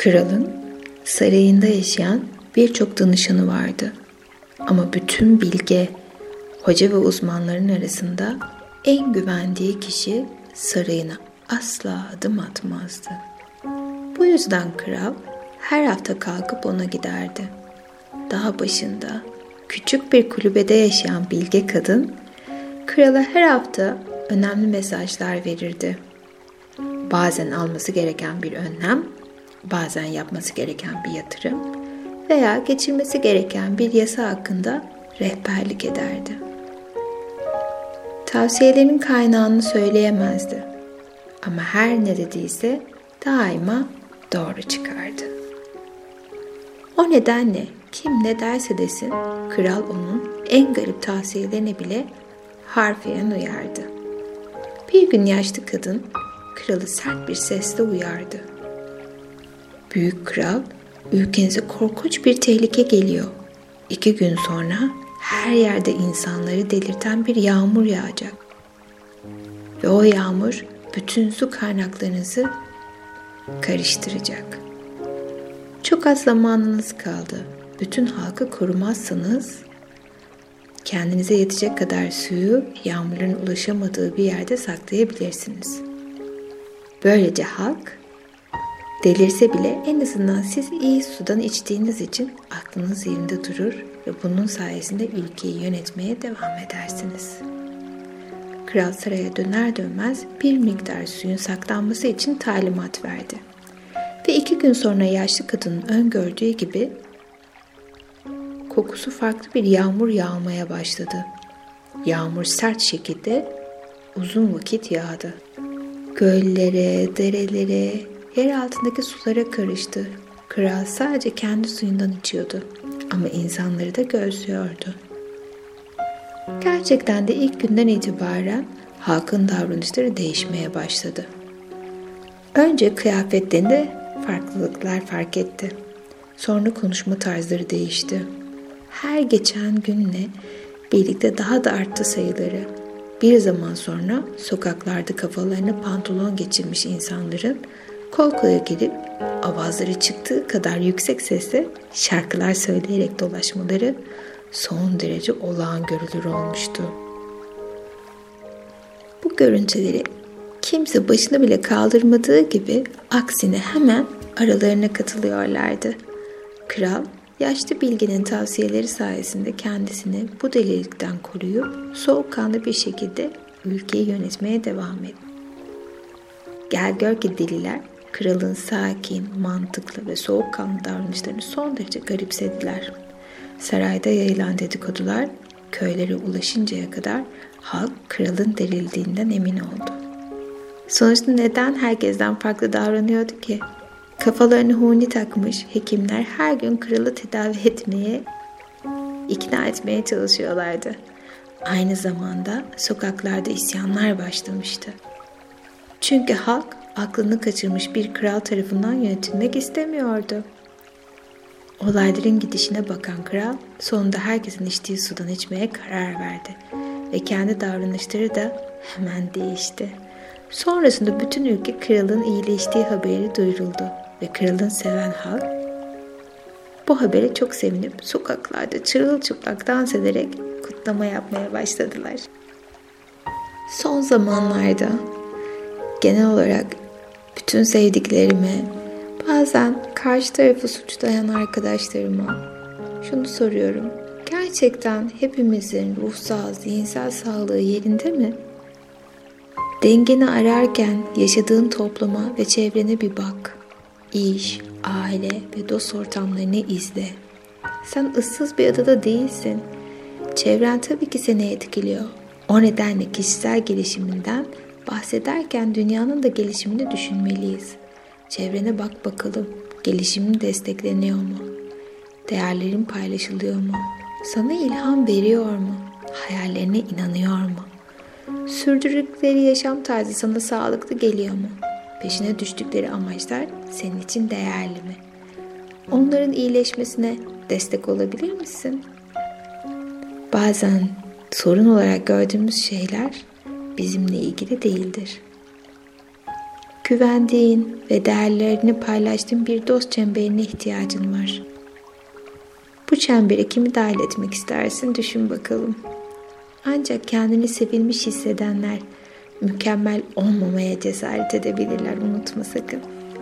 Kralın sarayında yaşayan birçok danışanı vardı. Ama bütün bilge, hoca ve uzmanların arasında en güvendiği kişi sarayına asla adım atmazdı. Bu yüzden kral her hafta kalkıp ona giderdi. Dağ başında küçük bir kulübede yaşayan bilge kadın krala her hafta önemli mesajlar verirdi. Bazen alması gereken bir önlem, bazen yapması gereken bir yatırım veya geçirmesi gereken bir yasa hakkında rehberlik ederdi. Tavsiyelerinin kaynağını söyleyemezdi ama her ne dediyse daima doğru çıkardı. O nedenle kim ne derse desin kral onun en garip tavsiyelerine bile harfiyen uyardı. Bir gün yaşlı kadın kralı sert bir sesle uyardı. Büyük kral, ülkenize korkunç bir tehlike geliyor. 2 gün sonra her yerde insanları delirten bir yağmur yağacak. Ve o yağmur bütün su kaynaklarınızı karıştıracak. Çok az zamanınız kaldı. Bütün halkı korumazsanız kendinize yetecek kadar suyu yağmurların ulaşamadığı bir yerde saklayabilirsiniz. Böylece halk delirse bile en azından siz iyi sudan içtiğiniz için aklınız yerinde durur ve bunun sayesinde ülkeyi yönetmeye devam edersiniz. Kral saraya döner dönmez bir miktar suyun saklanması için talimat verdi. Ve 2 gün sonra yaşlı kadının öngördüğü gibi kokusu farklı bir yağmur yağmaya başladı. Yağmur sert şekilde uzun vakit yağdı. Göllere, derelere, yer altındaki sulara karıştı. Kral sadece kendi suyundan içiyordu ama insanları da gözlüyordu. Gerçekten de ilk günden itibaren halkın davranışları değişmeye başladı. Önce kıyafetlerinde farklılıklar fark etti. Sonra konuşma tarzları değişti. Her geçen günle birlikte daha da arttı sayıları. Bir zaman sonra sokaklarda kafalarına pantolon geçirmiş insanların kol kola gelip avazları çıktığı kadar yüksek sesle şarkılar söyleyerek dolaşmaları son derece olağan görülür olmuştu. Bu görüntüleri kimse başına bile kaldırmadığı gibi aksine hemen aralarına katılıyorlardı. Kral, yaşlı bilginin tavsiyeleri sayesinde kendisini bu delilikten koruyup soğukkanlı bir şekilde ülkeyi yönetmeye devam etti. Gel gör ki deliler kralın sakin, mantıklı ve soğukkanlı davranışlarını son derece garipsediler. Sarayda yayılan dedikodular köylere ulaşıncaya kadar halk kralın delildiğinden emin oldu. Sonuçta neden herkesten farklı davranıyordu ki? Kafalarını huni takmış hekimler her gün kralı tedavi etmeye, ikna etmeye çalışıyorlardı. Aynı zamanda sokaklarda isyanlar başlamıştı. Çünkü halk aklını kaçırmış bir kral tarafından yönetilmek istemiyordu. Olayların gidişine bakan kral sonunda herkesin içtiği sudan içmeye karar verdi ve kendi davranışları da hemen değişti. Sonrasında bütün ülke kralın iyileştiği haberi duyuruldu ve kralın seven halk bu habere çok sevinip sokaklarda çırılçıplak dans ederek kutlama yapmaya başladılar. Son zamanlarda genel olarak bütün sevdiklerime, bazen karşı tarafı suçlayan arkadaşlarıma şunu soruyorum. Gerçekten hepimizin ruhsal, zihinsel sağlığı yerinde mi? Dengeni ararken yaşadığın topluma ve çevrene bir bak. İş, aile ve dost ortamlarını izle. Sen ıssız bir adada değilsin. Çevren tabii ki seni etkiliyor. O nedenle kişisel gelişiminden bahsederken dünyanın da gelişimini düşünmeliyiz. Çevrene bak bakalım. Gelişimin destekleniyor mu? Değerlerin paylaşılıyor mu? Sana ilham veriyor mu? Hayallerine inanıyor mu? Sürdürdükleri yaşam tarzı sana sağlıklı geliyor mu? Peşine düştükleri amaçlar senin için değerli mi? Onların iyileşmesine destek olabilir misin? Bazen sorun olarak gördüğümüz şeyler bizimle ilgili değildir. güvendiğin ve değerlerini paylaştığın bir dost çemberine ihtiyacın var. Bu çembere kimi dahil etmek istersin düşün bakalım. Ancak kendini sevilmiş hissedenler mükemmel olmamaya cesaret edebilirler, unutma sakın.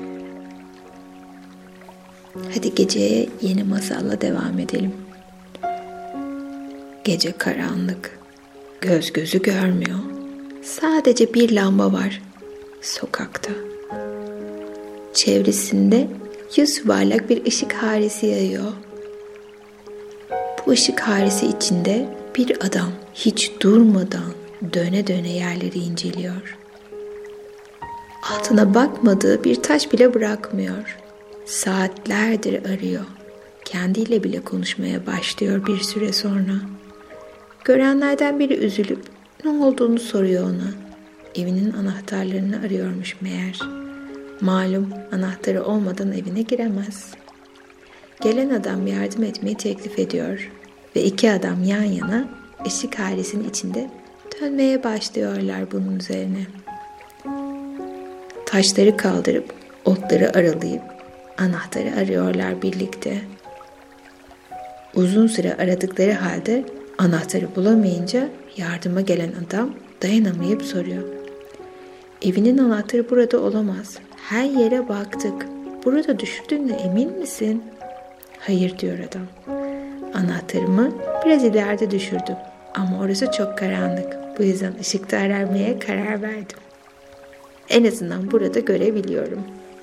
Hadi geceye yeni masalla devam edelim. Gece karanlık. Göz gözü görmüyor. Sadece bir lamba var sokakta. Çevresinde yüz yuvarlak bir ışık haresi yayıyor. Bu ışık haresi içinde bir adam hiç durmadan döne döne yerleri inceliyor. Altına bakmadığı bir taş bile bırakmıyor. Saatlerdir arıyor. Kendiyle bile konuşmaya başlıyor bir süre sonra. Görenlerden biri üzülüp ne olduğunu soruyor ona. Evinin anahtarlarını arıyormuş meğer. Malum anahtarı olmadan evine giremez. Gelen adam yardım etmeyi teklif ediyor ve iki adam yan yana ışık haresinin içinde dönmeye başlıyorlar bunun üzerine. Taşları kaldırıp otları aralayıp anahtarı arıyorlar birlikte. Uzun süre aradıkları halde anahtarı bulamayınca yardıma gelen adam dayanamayıp soruyor. Evinin anahtarı burada olamaz. Her yere baktık. Burada düşürdüğüne emin misin? Hayır diyor adam. Anahtarımı biraz ileride düşürdüm. Ama orası çok karanlık. Bu yüzden ışıkta aramaya karar verdim. En azından burada görebiliyorum.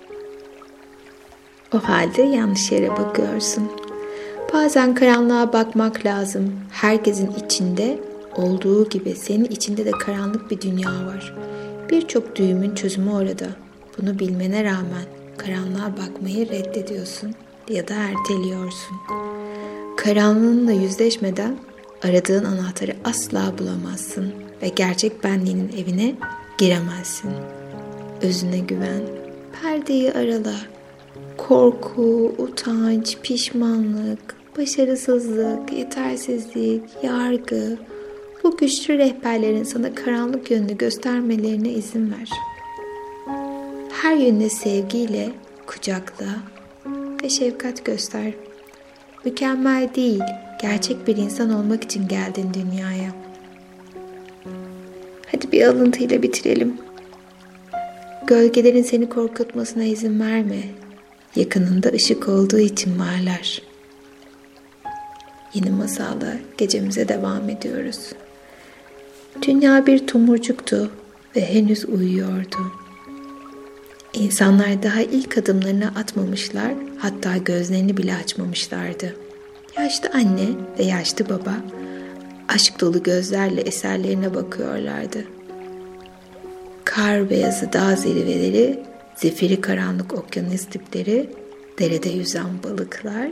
O halde yanlış yere bakıyorsun. Bazen karanlığa bakmak lazım. Herkesin içinde olduğu gibi senin içinde de karanlık bir dünya var. Birçok düğümün çözümü orada. Bunu bilmene rağmen karanlığa bakmayı reddediyorsun ya da erteliyorsun. Karanlığınla yüzleşmeden aradığın anahtarı asla bulamazsın ve gerçek benliğinin evine giremezsin. Özüne güven, perdeyi arala. Korku, utanç, pişmanlık, başarısızlık, yetersizlik, yargı, bu güçlü rehberlerin sana karanlık yönünü göstermelerine izin ver. Her yönüne sevgiyle kucakla ve şefkat göster. Mükemmel değil, gerçek bir insan olmak için geldin dünyaya. Hadi bir alıntıyla bitirelim. Gölgelerin seni korkutmasına izin verme. Yakınında ışık olduğu için varlar. Yeni masalla gecemize devam ediyoruz. Dünya bir tomurcuktu ve henüz uyuyordu. İnsanlar daha ilk adımlarını atmamışlar, hatta gözlerini bile açmamışlardı. Yaşlı anne ve yaşlı baba aşk dolu gözlerle eserlerine bakıyorlardı. Kar beyazı dağ zirveleri, zifiri karanlık okyanus dipleri, derede yüzen balıklar,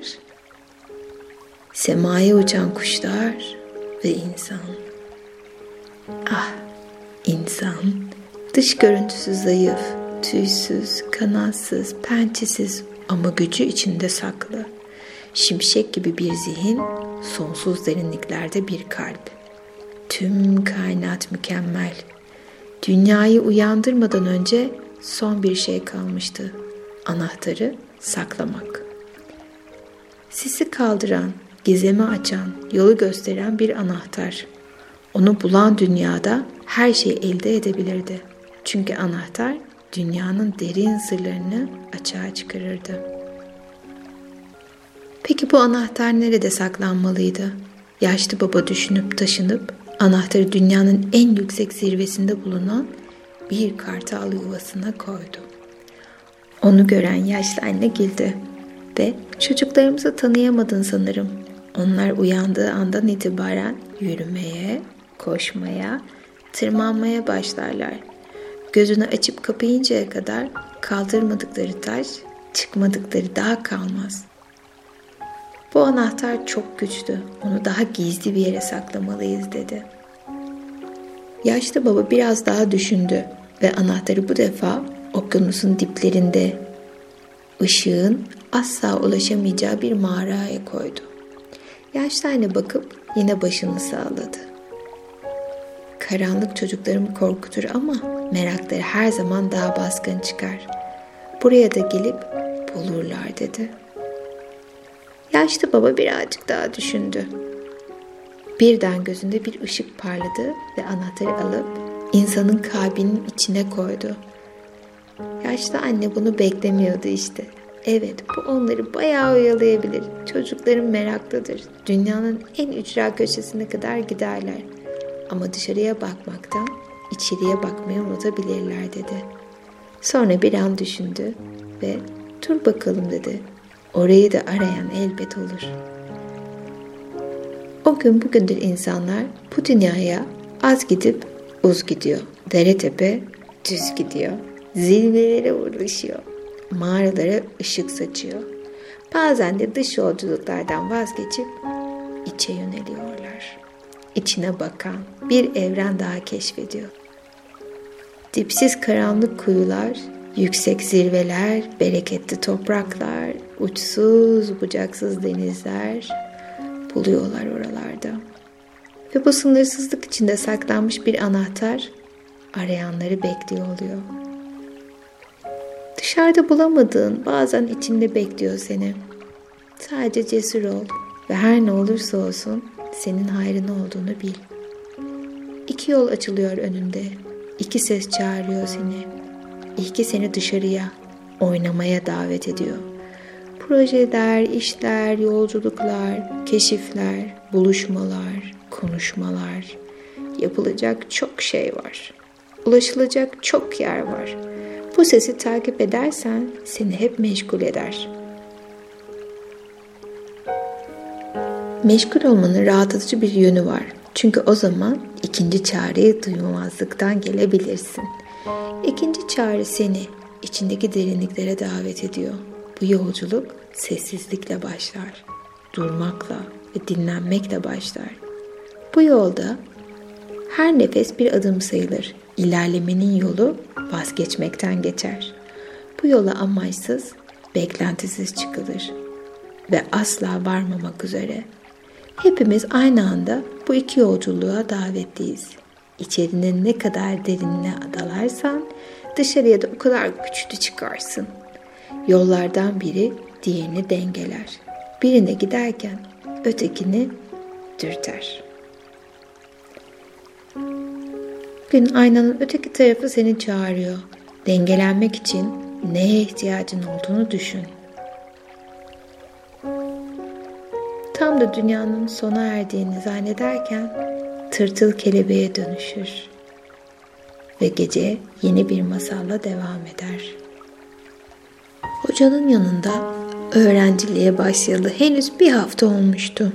semaya uçan kuşlar ve insan. Ah, insan, dış görüntüsü zayıf, tüysüz, kanatsız, pençesiz ama gücü içinde saklı. Şimşek gibi bir zihin, sonsuz derinliklerde bir kalp. Tüm kainat mükemmel. Dünyayı uyandırmadan önce son bir şey kalmıştı. Anahtarı saklamak. Sisi kaldıran, gizemi açan, yolu gösteren bir anahtar. Onu bulan dünyada her şeyi elde edebilirdi. Çünkü anahtar dünyanın derin sırlarını açığa çıkarırdı. Peki bu anahtar nerede saklanmalıydı? Yaşlı baba düşünüp taşınıp anahtarı dünyanın en yüksek zirvesinde bulunan bir kartal yuvasına koydu. Onu gören yaşlı anne güldü ve "Çocuklarımızı tanıyamadın sanırım. Onlar uyandığı andan itibaren yürümeye, koşmaya, tırmanmaya başlarlar. Gözünü açıp kapayıncaya kadar kaldırmadıkları taş, çıkmadıkları dağ kalmaz. Bu anahtar çok güçlü, onu daha gizli bir yere saklamalıyız" dedi. Yaşlı baba biraz daha düşündü ve anahtarı bu defa okyanusun diplerinde, ışığın asla ulaşamayacağı bir mağaraya koydu. Yaşlı anne bakıp yine başını salladı. "Karanlık çocuklarımı korkutur ama merakları her zaman daha baskın çıkar. Buraya da gelip bulurlar dedi. Yaşlı baba birazcık daha düşündü. Birden gözünde bir ışık parladı ve anahtarı alıp insanın kalbinin içine koydu. Yaşlı anne bunu beklemiyordu işte. Evet, bu onları bayağı oyalayabilir. Çocukların meraklıdır. Dünyanın en ücra köşesine kadar giderler. Ama dışarıya bakmaktan içeriye bakmayı unutabilirler dedi. Sonra bir an düşündü ve dur bakalım dedi. Orayı da arayan elbet olur. O gün bugündür insanlar bu dünyaya az gidip uz gidiyor. Dere tepe düz gidiyor. Zirvelere uğraşıyor. Mağaralara ışık saçıyor. Bazen de dış yolculuklardan vazgeçip içe yöneliyorlar. İçine bakan bir evren daha keşfediyor. Dipsiz karanlık kuyular, yüksek zirveler, bereketli topraklar, uçsuz bucaksız denizler buluyorlar oralarda. Ve bu sınırsızlık içinde saklanmış bir anahtar arayanları bekliyor oluyor. Dışarıda bulamadığın bazen içinde bekliyor seni. Sadece cesur ol ve her ne olursa olsun senin hayrına olduğunu bil. 2 yol açılıyor önünde. 2 ses çağırıyor seni. İlki seni dışarıya, oynamaya davet ediyor. Projeler, işler, yolculuklar, keşifler, buluşmalar, konuşmalar. Yapılacak çok şey var. Ulaşılacak çok yer var. Bu sesi takip edersen seni hep meşgul eder. Meşgul olmanın rahatlatıcı bir yönü var. Çünkü o zaman ikinci çağrıyı duymamazlıktan gelebilirsin. İkinci çağrı seni içindeki derinliklere davet ediyor. Bu yolculuk sessizlikle başlar. Durmakla ve dinlenmekle başlar. Bu yolda her nefes bir adım sayılır. İlerlemenin yolu vazgeçmekten geçer. Bu yola amaçsız, beklentisiz çıkılır ve asla varmamak üzere. Hepimiz aynı anda bu 2 yolculuğa davetliyiz. İçerinin ne kadar derinine dalarsan dışarıya da o kadar güçlü çıkarsın. Yollardan biri diğerini dengeler. Birine giderken ötekini dürter. Gün aynanın öteki tarafı seni çağırıyor. Dengelenmek için neye ihtiyacın olduğunu düşün. Tam da dünyanın sona erdiğini zannederken tırtıl kelebeğe dönüşür ve gece yeni bir masalla devam eder. Hocanın yanında öğrenciliğe başlayalı henüz 1 hafta olmuştu.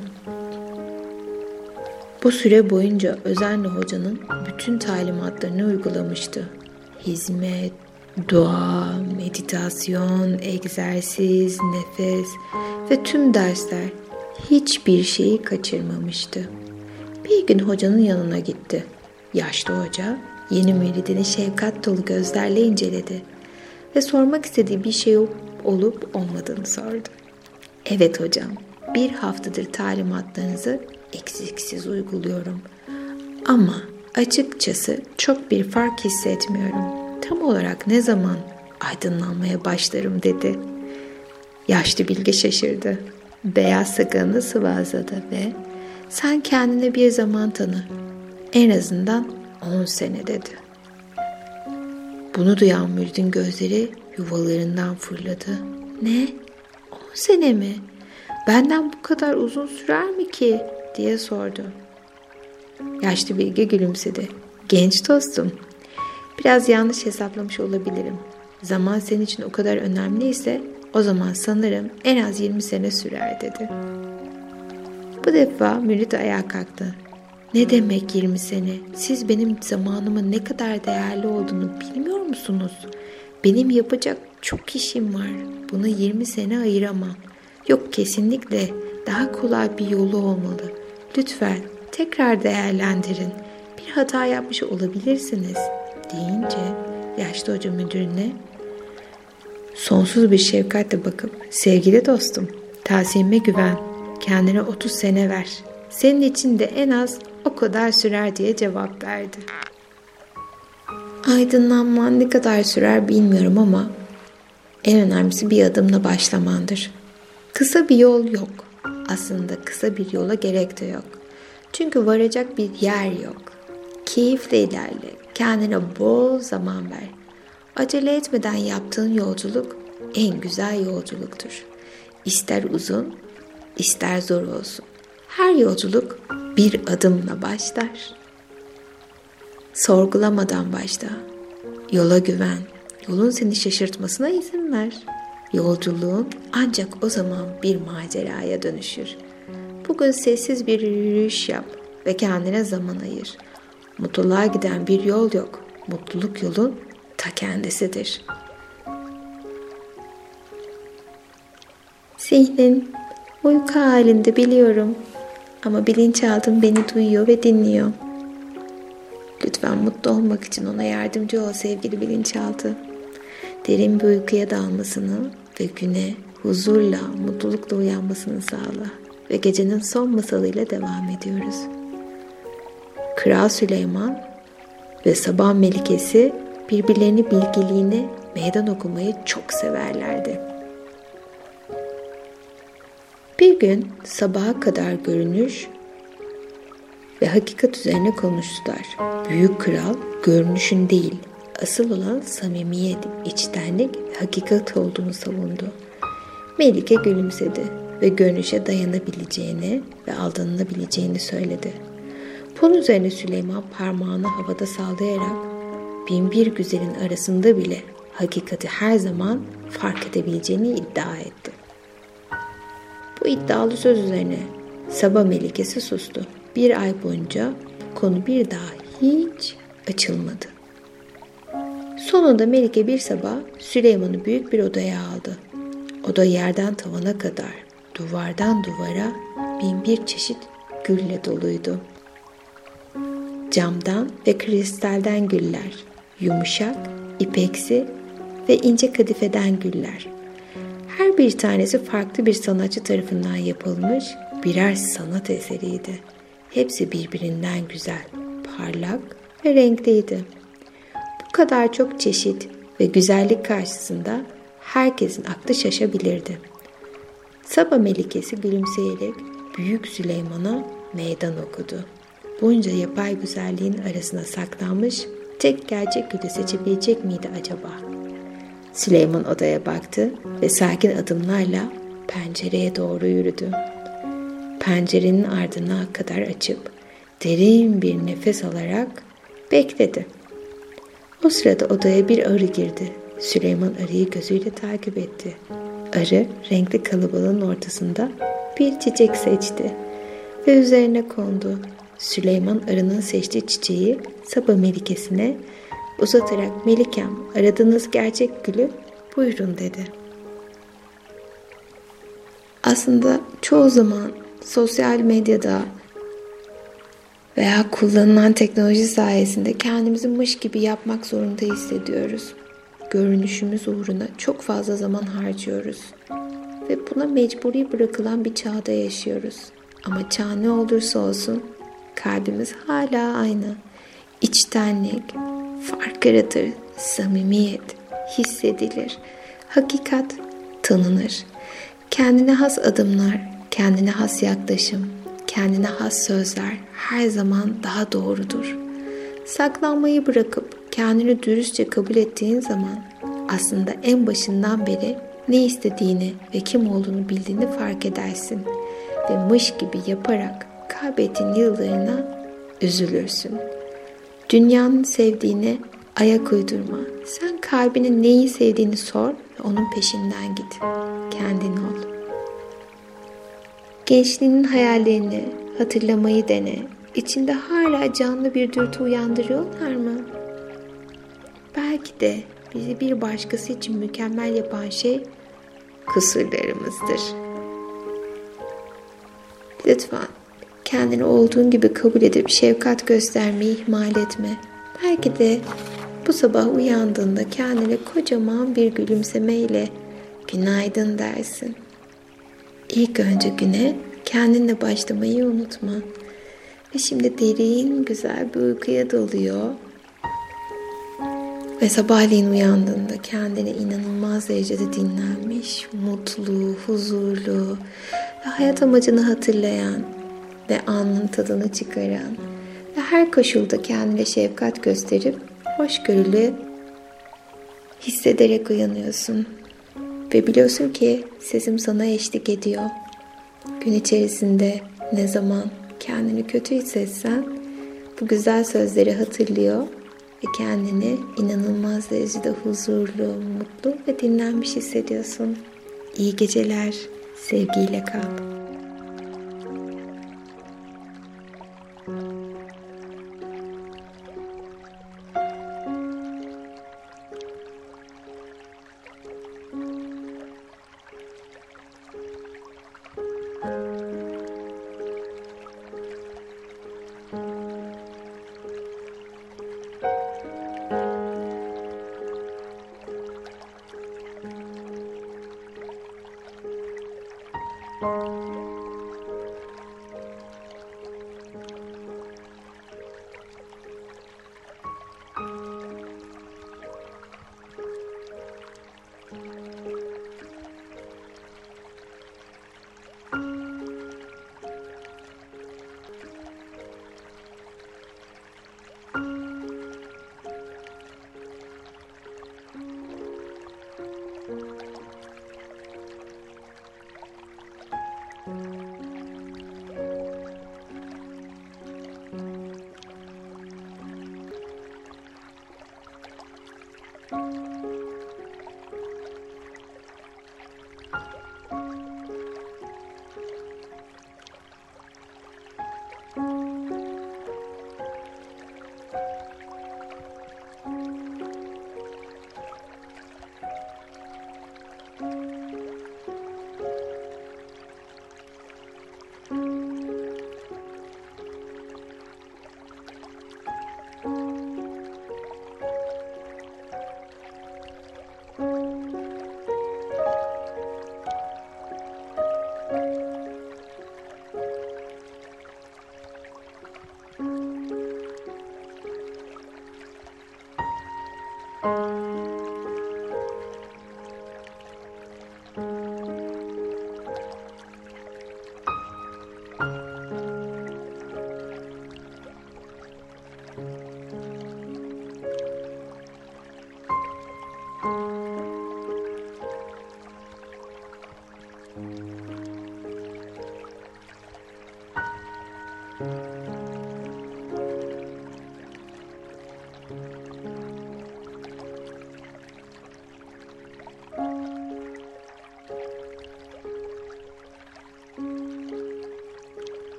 Bu süre boyunca özenle hocanın bütün talimatlarını uygulamıştı. Hizmet, dua, meditasyon, egzersiz, nefes ve tüm dersler, hiçbir şeyi kaçırmamıştı. Bir gün hocanın yanına gitti. Yaşlı hoca yeni müridini şefkat dolu gözlerle inceledi ve sormak istediği bir şey olup olmadığını sordu. Evet hocam, 1 haftadır talimatlarınızı eksiksiz uyguluyorum. Ama açıkçası çok bir fark hissetmiyorum. Tam olarak ne zaman aydınlanmaya başlarım dedi. Yaşlı bilge şaşırdı. Beyaz sakalını sıvazladı ve sen kendine bir zaman tanı. En azından 10 sene dedi. Bunu duyan müridin gözleri yuvalarından fırladı. Ne? 10 sene mi? Benden bu kadar uzun sürer mi ki? Diye sordu. Yaşlı bilge gülümsedi. Genç dostum, biraz yanlış hesaplamış olabilirim. Zaman senin için o kadar önemliyse o zaman sanırım en az 20 sene sürer dedi. Bu defa mürit ayağa kalktı. Ne demek 20 sene? Siz benim zamanımın ne kadar değerli olduğunu bilmiyor musunuz? Benim yapacak çok işim var. Buna 20 sene ayıramam. Yok, kesinlikle daha kolay bir yolu olmalı. Lütfen tekrar değerlendirin. Bir hata yapmış olabilirsiniz deyince yaşlı hoca müdürüne sonsuz bir şefkatle bakıp sevgili dostum, tavsiyeme güven, kendine 30 sene ver. Senin için de en az o kadar sürer diye cevap verdi. Aydınlanman ne kadar sürer bilmiyorum ama en önemlisi bir adımla başlamandır. Kısa bir yol yok. Aslında kısa bir yola gerek de yok. Çünkü varacak bir yer yok. Keyifle ilerle. Kendine bol zaman ver. Acele etmeden yaptığın yolculuk en güzel yolculuktur. İster uzun, ister zor olsun. Her yolculuk bir adımla başlar. Sorgulamadan başla. Yola güven. Yolun seni şaşırtmasına izin ver. Yolculuğun ancak o zaman bir maceraya dönüşür. Bugün sessiz bir yürüyüş yap ve kendine zaman ayır. Mutluluğa giden bir yol yok. Mutluluk yolun ta kendisidir. Zihnin uyku halinde biliyorum ama bilinçaltın beni duyuyor ve dinliyor. Lütfen mutlu olmak için ona yardımcı ol sevgili bilinçaltı. Derin bir uykuya dalmasını ve güne huzurla, mutlulukla uyanmasını sağla. Ve gecenin son masalıyla devam ediyoruz. Kral Süleyman ve Sabah Melikesi birbirlerini bilgeliğine meydan okumayı çok severlerdi. Bir gün sabaha kadar görünüş ve hakikat üzerine konuştular. Büyük kral görünüşün değil, asıl olan samimiyet, içtenlik ve hakikat olduğunu savundu. Melike gülümsedi ve görünüşe dayanabileceğini ve aldanılabileceğini söyledi. Bunun üzerine Süleyman parmağını havada sallayarak binbir güzelin arasında bile hakikati her zaman fark edebileceğini iddia etti. Bu iddialı söz üzerine Sabah Melikesi sustu. Bir ay boyunca konu bir daha hiç açılmadı. Sonunda Melike bir sabah Süleyman'ı büyük bir odaya aldı. Oda yerden tavana kadar, duvardan duvara binbir çeşit gülle doluydu. Camdan ve kristalden güller, yumuşak, ipeksi ve ince kadifeden güller. Her bir tanesi farklı bir sanatçı tarafından yapılmış birer sanat eseriydi. Hepsi birbirinden güzel, parlak ve renkliydi. Bu kadar çok çeşit ve güzellik karşısında herkesin aklı şaşabilirdi. Sabah Melikesi gülümseyerek Büyük Süleyman'a meydan okudu. Bunca yapay güzelliğin arasına saklanmış tek gerçek gülü seçebilecek miydi acaba? Süleyman odaya baktı ve sakin adımlarla pencereye doğru yürüdü. Pencerenin ardına kadar açıp derin bir nefes alarak bekledi. O sırada odaya bir arı girdi. Süleyman arıyı gözüyle takip etti. Arı renkli kalabalığın ortasında bir çiçek seçti ve üzerine kondu. Süleyman arının seçtiği çiçeği Sabah Melikesi'ne uzatarak "Melikem, aradığınız gerçek gülü buyurun" dedi. Aslında çoğu zaman sosyal medyada veya kullanılan teknoloji sayesinde kendimizi mış gibi yapmak zorunda hissediyoruz. Görünüşümüz uğruna çok fazla zaman harcıyoruz. Ve buna mecburi bırakılan bir çağda yaşıyoruz. Ama çağ ne olursa olsun kalbimiz hala aynı. İçtenlik, fark yaratır, samimiyet hissedilir, hakikat tanınır. Kendine has adımlar, kendine has yaklaşım, kendine has sözler her zaman daha doğrudur. Saklanmayı bırakıp kendini dürüstçe kabul ettiğin zaman aslında en başından beri ne istediğini ve kim olduğunu bildiğini fark edersin. Ve mış gibi yaparak kaybettiğin yıllarına üzülürsün. Dünyanın sevdiğine ayak uydurma. Sen kalbinin neyi sevdiğini sor ve onun peşinden git. Kendin ol. Gençliğinin hayallerini hatırlamayı dene. İçinde hala canlı bir dürtü uyandırıyorlar mı? Belki de bizi bir başkası için mükemmel yapan şey kusurlarımızdır. Lütfen kendini olduğun gibi kabul edip şefkat göstermeyi ihmal etme. Belki de bu sabah uyandığında kendine kocaman bir gülümsemeyle günaydın dersin. İlk önce güne kendinle başlamayı unutma. Ve şimdi derin güzel bir uykuya dalıyor. Ve sabahleyin uyandığında kendini inanılmaz derecede dinlenmiş, mutlu, huzurlu ve hayat amacını hatırlayan ve anın tadını çıkaran ve her koşulda kendine şefkat gösterip hoşgörülü hissederek uyanıyorsun. Ve biliyorsun ki sesim sana eşlik ediyor. Gün içerisinde ne zaman kendini kötü hissetsen bu güzel sözleri hatırlıyor ve kendini inanılmaz derecede huzurlu, mutlu ve dinlenmiş hissediyorsun. İyi geceler, sevgiyle kal.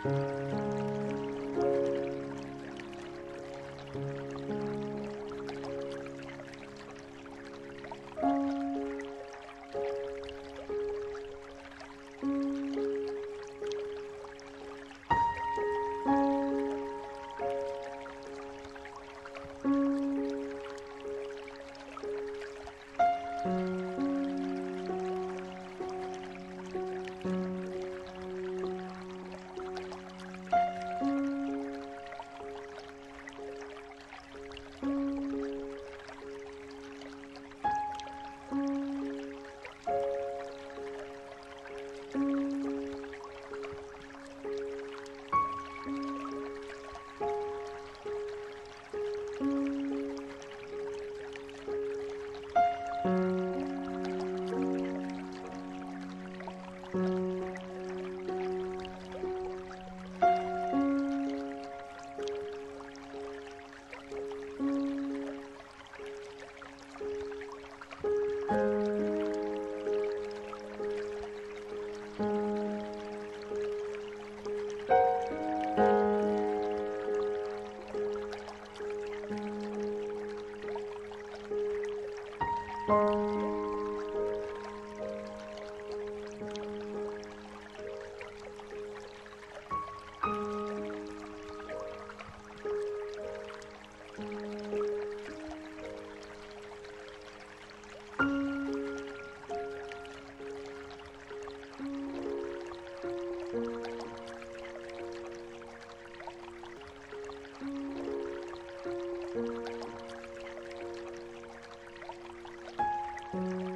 Thank you.